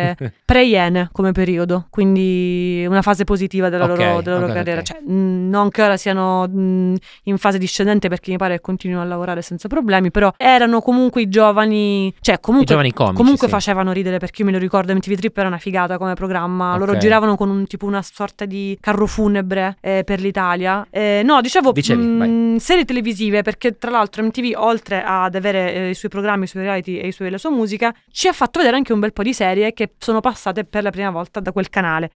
pre-Iene come periodo, quindi una fase positiva della Ok, loro ok, carriera. ok. Cioè, non che ora siano in fase discendente, perché mi pare che continuino a lavorare senza problemi, però erano comunque i giovani, cioè I comunque giovani comici, comunque sì. facevano ridere, perché io me lo ricordo, MTV Trip era una figata come programma. Loro Ok. giravano con una sorta di carro funebre per l'Italia. No, dicevo, Dicevi, vai. serie televisive, perché tra l'altro MTV, oltre ad avere i suoi programmi, i suoi reality e la sua musica, ci ha fatto vedere anche un bel po' di serie che sono passate per la prima volta da quel canale.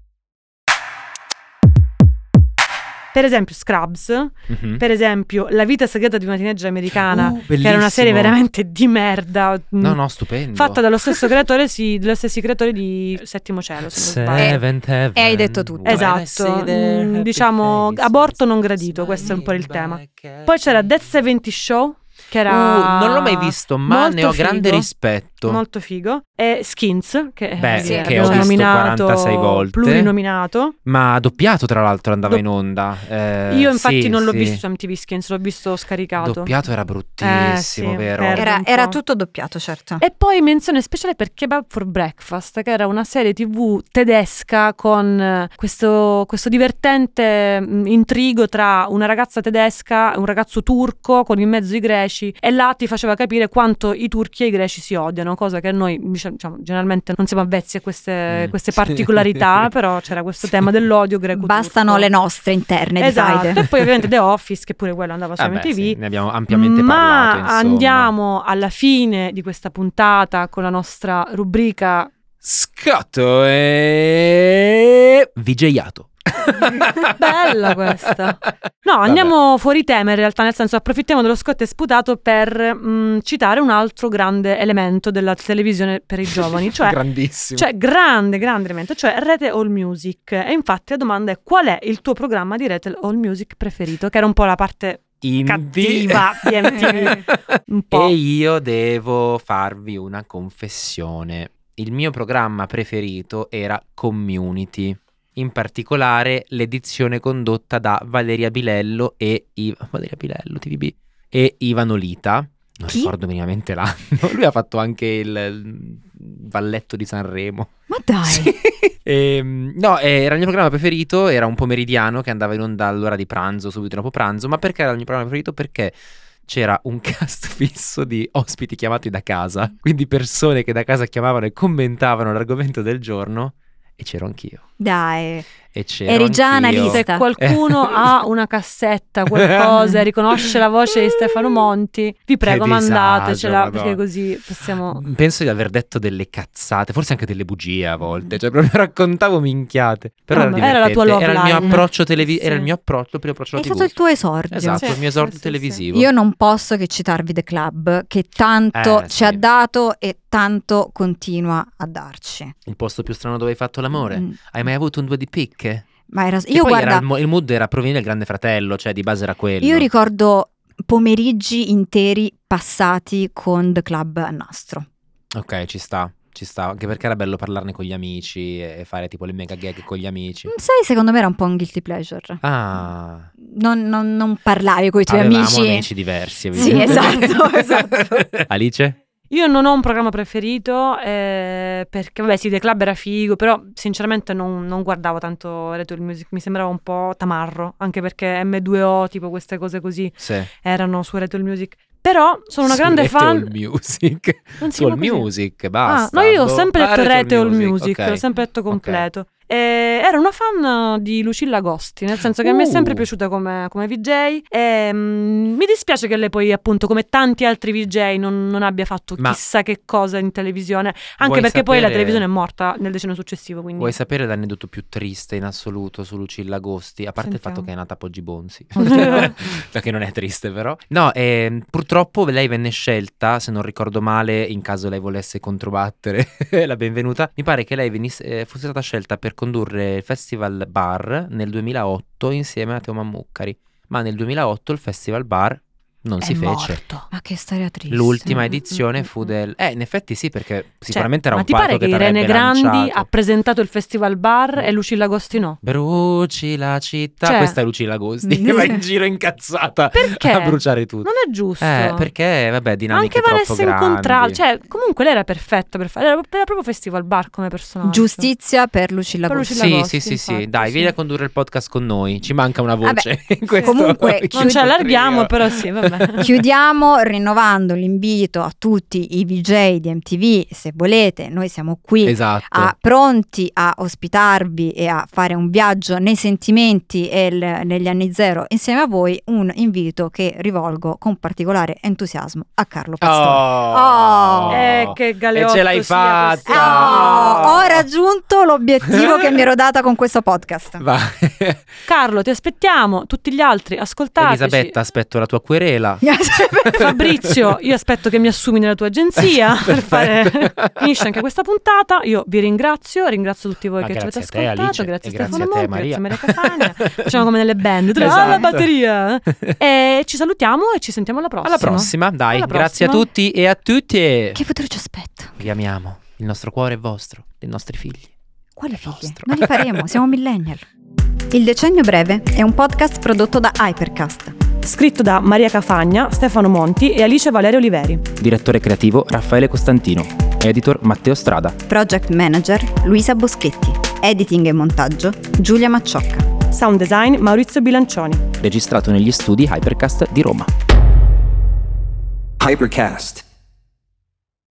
Per esempio Scrubs, Mhm. per esempio La vita segreta di una teenager americana, che Bellissimo. era una serie veramente di merda, No, stupendo. fatta dallo stesso creatore, dello stessi creatori di Settimo Cielo, se non sbaglio. Seventh Heaven. E hai detto tutto. When I Esatto, see their happy diciamo faces, aborto non gradito, questo è un po' il tema. Poi c'era That 70 Show, che era non l'ho mai visto, ma molto ne ho grande figo, rispetto. molto figo, e Skins, che, Beh, sì, abbiamo che ho visto nominato 46 volte. plurinominato. Ma doppiato, tra l'altro, andava in onda. Io infatti sì, non l'ho sì. visto su MTV Skins, l'ho visto scaricato. Doppiato era bruttissimo, sì, vero? perde un Era po'. tutto doppiato, certo. E poi menzione speciale per Kebab for Breakfast, che era una serie TV tedesca con questo divertente intrigo tra una ragazza tedesca e un ragazzo turco con in mezzo i greci, e là ti faceva capire quanto i turchi e i greci si odiano, cosa che noi diciamo generalmente non siamo avvezzi a queste particolarità, però c'era questo tema dell'odio greco-turco. Bastano le nostre interne di Esatto, faide. e poi ovviamente The Office, che pure quello andava su Vabbè, MTV. sì, ne abbiamo ampiamente Ma parlato, insomma. andiamo alla fine di questa puntata con la nostra rubrica Scotto e vigiato. bella questa. No, andiamo fuori tema in realtà, nel senso approfittiamo dello scotto e sputato per citare un altro grande elemento della televisione per i giovani, cioè Grandissimo. grande elemento, cioè Rete All Music. E infatti la domanda è: qual è il tuo programma di Rete All Music preferito? Che era un po' la parte cattiva di MTV. Un po'. E io devo farvi una confessione. Il mio programma preferito era Community, in particolare l'edizione condotta da Valeria Bilello e Valeria Bilello, TVB, e Ivano Lita. Non Chi? ricordo minimamente l'anno. Lui ha fatto anche il Valletto di Sanremo. Ma dai! Sì. No, era il mio programma preferito, era un pomeridiano che andava in onda all'ora di pranzo, subito dopo pranzo. Ma perché era il mio programma preferito? Perché c'era un cast fisso di ospiti chiamati da casa, quindi persone che da casa chiamavano e commentavano l'argomento del giorno, e c'ero anch'io. Dai! E c'ero Eri già anch'io. analista. Se qualcuno ha una cassetta, qualcosa, riconosce la voce di Stefano Monti, vi prego Che disagio, mandatecela, Madonna. perché così possiamo... Penso di aver detto delle cazzate, forse anche delle bugie a volte, cioè proprio raccontavo minchiate. Però No, era era la tua divertente, love era il mio line. approccio televisivo, Sì. era il mio approccio, primo approccio È alla stato TV. il tuo esordio. Esatto, Sì, il mio esordio sì, sì, televisivo. Io non posso che citarvi The Club, che tanto Sì. ci ha dato e tanto continua a darci. Il posto più strano dove hai fatto l'amore. Mm. Hai mai avuto un 2 di picche? Ma era, Che io poi guarda, era il mood era proviene dal Grande Fratello, cioè di base era quello. io ricordo pomeriggi interi passati con The Club a nastro. Ok, ci sta, anche perché era bello parlarne con gli amici e fare tipo le mega gag con gli amici. Sai, secondo me era un po' un guilty pleasure. Ah, Non parlavi con i tuoi avevamo amici. amici diversi. Sì, evidentemente. esatto. Alice? Io non ho un programma preferito perché, vabbè, sì, The Club era figo, però sinceramente non guardavo tanto Retro Music, mi sembrava un po' tamarro, anche perché M2O, tipo queste cose così, Sì. erano su Retro Music. Però sono una grande Su fan... All Music. Non si Su All chiama così? Music, basta. Ah, no, io ho sempre detto Rete Rete All Music, ok. l'ho sempre detto completo. Era una fan di Lucilla Agosti, nel senso che mi è sempre piaciuta come VJ e mi dispiace che lei poi, appunto, come tanti altri VJ, non abbia fatto Ma chissà che cosa in televisione, anche vuoi perché poi la sapere- televisione è morta nel decennio successivo, quindi... Vuoi sapere l'aneddoto più triste in assoluto su Lucilla Agosti? A parte il fatto Sentiamo. che è nata a Poggi Bonzi, perché non è triste però. No, purtroppo lei venne scelta, se non ricordo male, in caso lei volesse controbattere la benvenuta, mi pare che lei fosse stata scelta per condurre il Festival Bar nel 2008 insieme a Teo Mammucari, ma nel 2008 il Festival Bar non si fece. morto. Ma che storia triste. L'ultima edizione fu del... in effetti sì, perché sicuramente era ma un ti pare palco che che Irene t'avrebbe Grandi lanciato. ha presentato il Festival Bar e Lucilla Agosti no? Bruci la città. Cioè- Questa è Lucilla Agosti che va in giro incazzata Perché? a bruciare tutto. Non è giusto. Perché vabbè, dinamiche Anche troppo Vanessa grandi. Incontrado, cioè comunque lei era perfetta per fare, era proprio Festival Bar come personaggio. Giustizia per Lucilla Per Agosti. Lucilla Sì, Agosti, sì, infatti, dai, sì. vieni a condurre il podcast con noi. Ci manca una voce Vabbè, in questo. comunque, in Non questo ci allarghiamo, trio. però sì, vabbè. Chiudiamo rinnovando l'invito a tutti i VJ di MTV, se volete, noi siamo qui Esatto. pronti a ospitarvi e a fare un viaggio nei sentimenti e negli anni zero insieme a voi, un invito che rivolgo con particolare entusiasmo a Carlo Pastore. Oh. Che galeotto E ce l'hai sia fatta. questo. Ho raggiunto l'obiettivo che mi ero data con questo podcast. Vai. Carlo, ti aspettiamo, tutti gli altri, ascoltateci. Elisabetta, aspetto la tua querela. Fabrizio, io aspetto che mi assumi nella tua agenzia per fare... Finisce anche questa puntata. Io vi ringrazio tutti voi Ma che ci avete grazie a te, ascoltato. Alice, Grazie e Stefano grazie a te, Monti, grazie Maria. Maria Cafagna. Facciamo come nelle band, la Esatto. batteria. E ci salutiamo e ci sentiamo alla prossima. Alla prossima, dai. Alla Grazie a prossima. tutti e a tutte. Che futuro ci aspetta? Vi amiamo. Il nostro cuore è vostro, dei nostri figli. Quale figli? Nostro. Non li faremo, siamo millennial. Il Decennio Breve è un podcast prodotto da Hypercast. Scritto da Maria Cafagna, Stefano Monti e Alice Valerio Oliveri. Direttore creativo Raffaele Costantino. Editor Matteo Strada. Project Manager Luisa Boschetti. Editing e montaggio Giulia Macciocca. Sound design Maurizio Bilancioni. Registrato negli studi Hypercast di Roma. Hypercast.